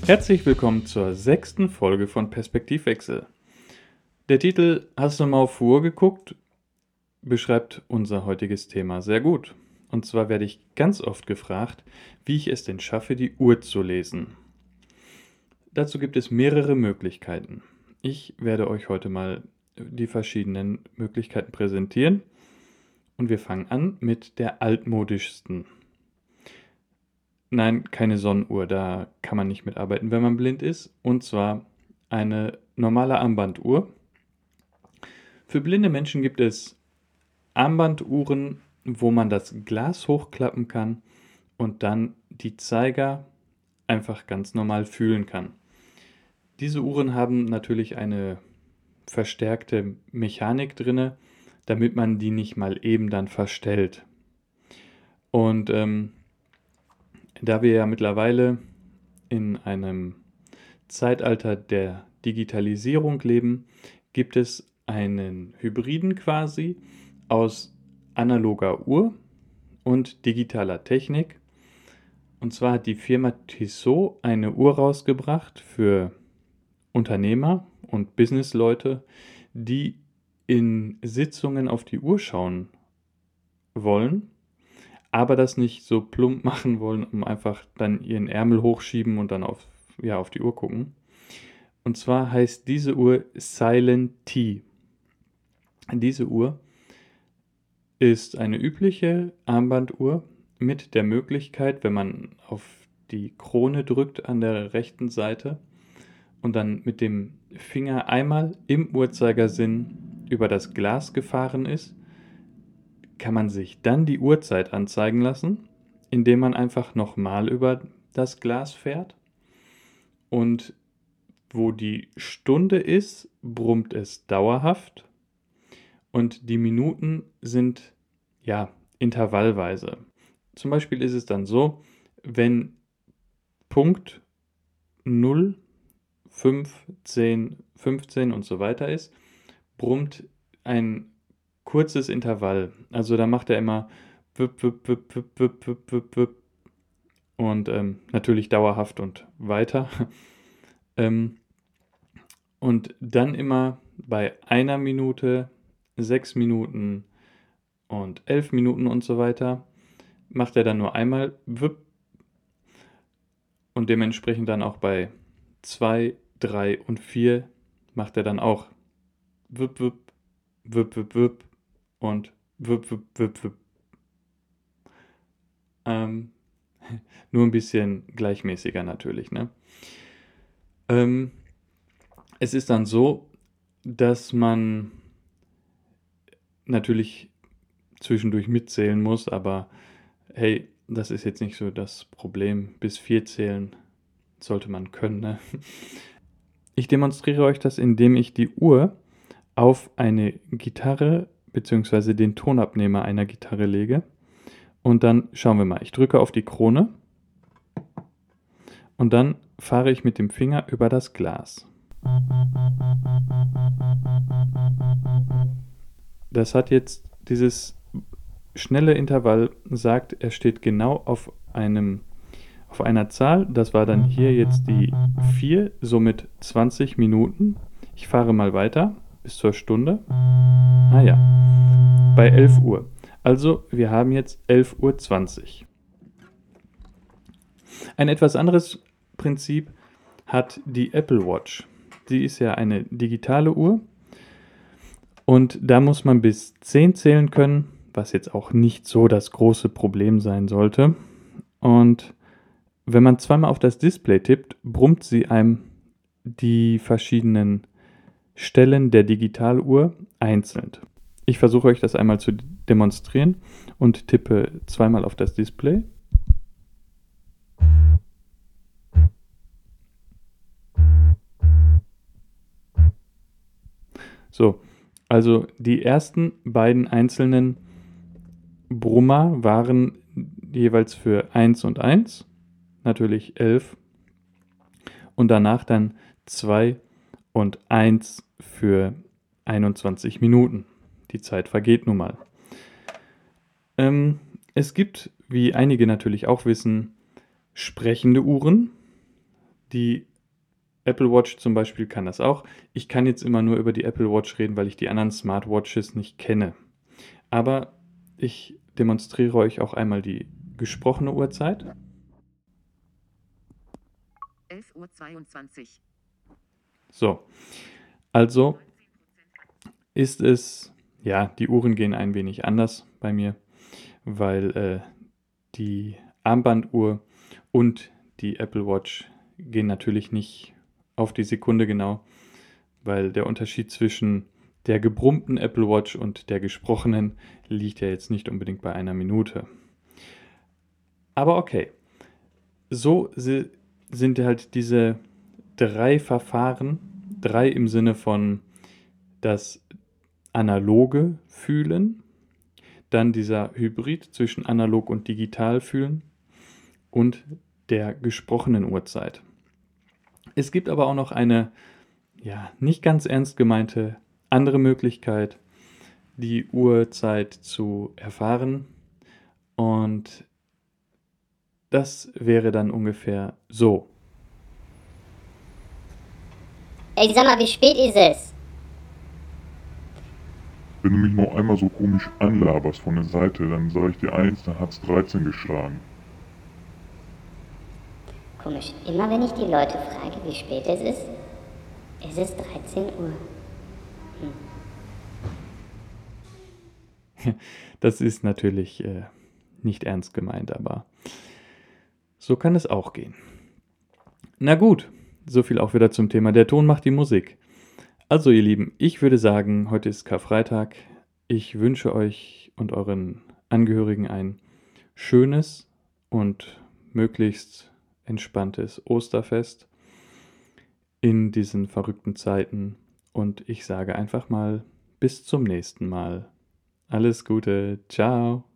Herzlich willkommen zur 6. Folge von Perspektivwechsel. Der Titel "Hast du mal auf die Uhr geguckt?" beschreibt unser heutiges Thema sehr gut. Und zwar werde ich ganz oft gefragt, wie ich es denn schaffe, die Uhr zu lesen. Dazu gibt es mehrere Möglichkeiten. Ich werde euch heute mal die verschiedenen Möglichkeiten präsentieren und wir fangen an mit der altmodischsten. Nein, keine Sonnenuhr, da kann man nicht mitarbeiten, wenn man blind ist. Und zwar eine normale Armbanduhr. Für blinde Menschen gibt es Armbanduhren, wo man das Glas hochklappen kann und dann die Zeiger einfach ganz normal fühlen kann. Diese Uhren haben natürlich eine verstärkte Mechanik drinne, damit man die nicht mal eben dann verstellt. Und da wir ja mittlerweile in einem Zeitalter der Digitalisierung leben, gibt es einen Hybriden quasi aus analoger Uhr und digitaler Technik. Und zwar hat die Firma Tissot eine Uhr rausgebracht für Unternehmer und Businessleute, die in Sitzungen auf die Uhr schauen wollen, aber das nicht so plump machen wollen, um einfach dann ihren Ärmel hochschieben und dann auf die Uhr gucken. Und zwar heißt diese Uhr Silent T. Diese Uhr ist eine übliche Armbanduhr mit der Möglichkeit, wenn man auf die Krone drückt an der rechten Seite und dann mit dem Finger einmal im Uhrzeigersinn über das Glas gefahren ist, kann man sich dann die Uhrzeit anzeigen lassen, indem man einfach nochmal über das Glas fährt. Und wo die Stunde ist, brummt es dauerhaft und die Minuten sind intervallweise. Zum Beispiel ist es dann so, wenn Punkt 0, 5, 10, 15 und so weiter ist, brummt ein kurzes Intervall. Also da macht er immer wip, wip, wip, wip, wip, wip, wip, wip. Und natürlich dauerhaft und weiter. Und dann immer bei 1 Minute, 6 Minuten und 11 Minuten und so weiter macht er dann nur einmal wip und dementsprechend dann auch bei 2, 3 und 4 macht er dann auch wip, wip, wip, wip, wip und wip, wip, wip, wip. Nur ein bisschen gleichmäßiger natürlich, ne? Es ist dann so, dass man natürlich zwischendurch mitzählen muss, aber hey, das ist jetzt nicht so das Problem. Bis 4 zählen sollte man können, ne? Ich demonstriere euch das, indem ich die Uhr auf eine Gitarre bzw. den Tonabnehmer einer Gitarre lege. Und dann schauen wir mal. Ich drücke auf die Krone und dann fahre ich mit dem Finger über das Glas. Das hat jetzt dieses schnelle Intervall sagt, er steht genau auf einer Zahl. Das war dann hier jetzt die 4, somit 20 Minuten. Ich fahre mal weiter bis zur Stunde. Bei 11 Uhr. Also wir haben jetzt 11:20 Uhr. Ein etwas anderes Prinzip hat die Apple Watch. Die ist ja eine digitale Uhr und da muss man bis 10 zählen können, was jetzt auch nicht so das große Problem sein sollte. Und wenn man zweimal auf das Display tippt, brummt sie einem die verschiedenen Stellen der Digitaluhr einzeln. Ich versuche euch das einmal zu demonstrieren und tippe zweimal auf das Display. So, also die ersten beiden einzelnen Brummer waren jeweils für 1 und 1, natürlich 11. Und danach dann 2 und 1 für 21 Minuten. Die Zeit vergeht nun mal. Es gibt, wie einige natürlich auch wissen, sprechende Uhren. Die Apple Watch zum Beispiel kann das auch. Ich kann jetzt immer nur über die Apple Watch reden, weil ich die anderen Smartwatches nicht kenne. Aber ich demonstriere euch auch einmal die gesprochene Uhrzeit. 11:22 Uhr. So, also ist es, ja, die Uhren gehen ein wenig anders bei mir, weil die Armbanduhr und die Apple Watch gehen natürlich nicht auf die Sekunde genau, weil der Unterschied zwischen der gebrummten Apple Watch und der gesprochenen liegt ja jetzt nicht unbedingt bei einer Minute. Aber okay, so sind halt diese 3 Verfahren, 3 im Sinne von das analoge Fühlen, dann dieser Hybrid zwischen analog und digital fühlen und der gesprochenen Uhrzeit. Es gibt aber auch noch eine, ja, nicht ganz ernst gemeinte andere Möglichkeit, die Uhrzeit zu erfahren. Und das wäre dann ungefähr so. Ey, sag mal, wie spät ist es? Wenn du mich noch einmal so komisch anlaberst von der Seite, dann sage ich dir eins, dann hat's 13 geschlagen. Komisch, immer wenn ich die Leute frage, wie spät es ist 13 Uhr. Das ist natürlich nicht ernst gemeint, aber so kann es auch gehen. Na gut, so viel auch wieder zum Thema der Ton macht die Musik. Also ihr Lieben, ich würde sagen, heute ist Karfreitag. Ich wünsche euch und euren Angehörigen ein schönes und möglichst entspanntes Osterfest in diesen verrückten Zeiten. Und ich sage einfach mal bis zum nächsten Mal. Alles Gute, ciao.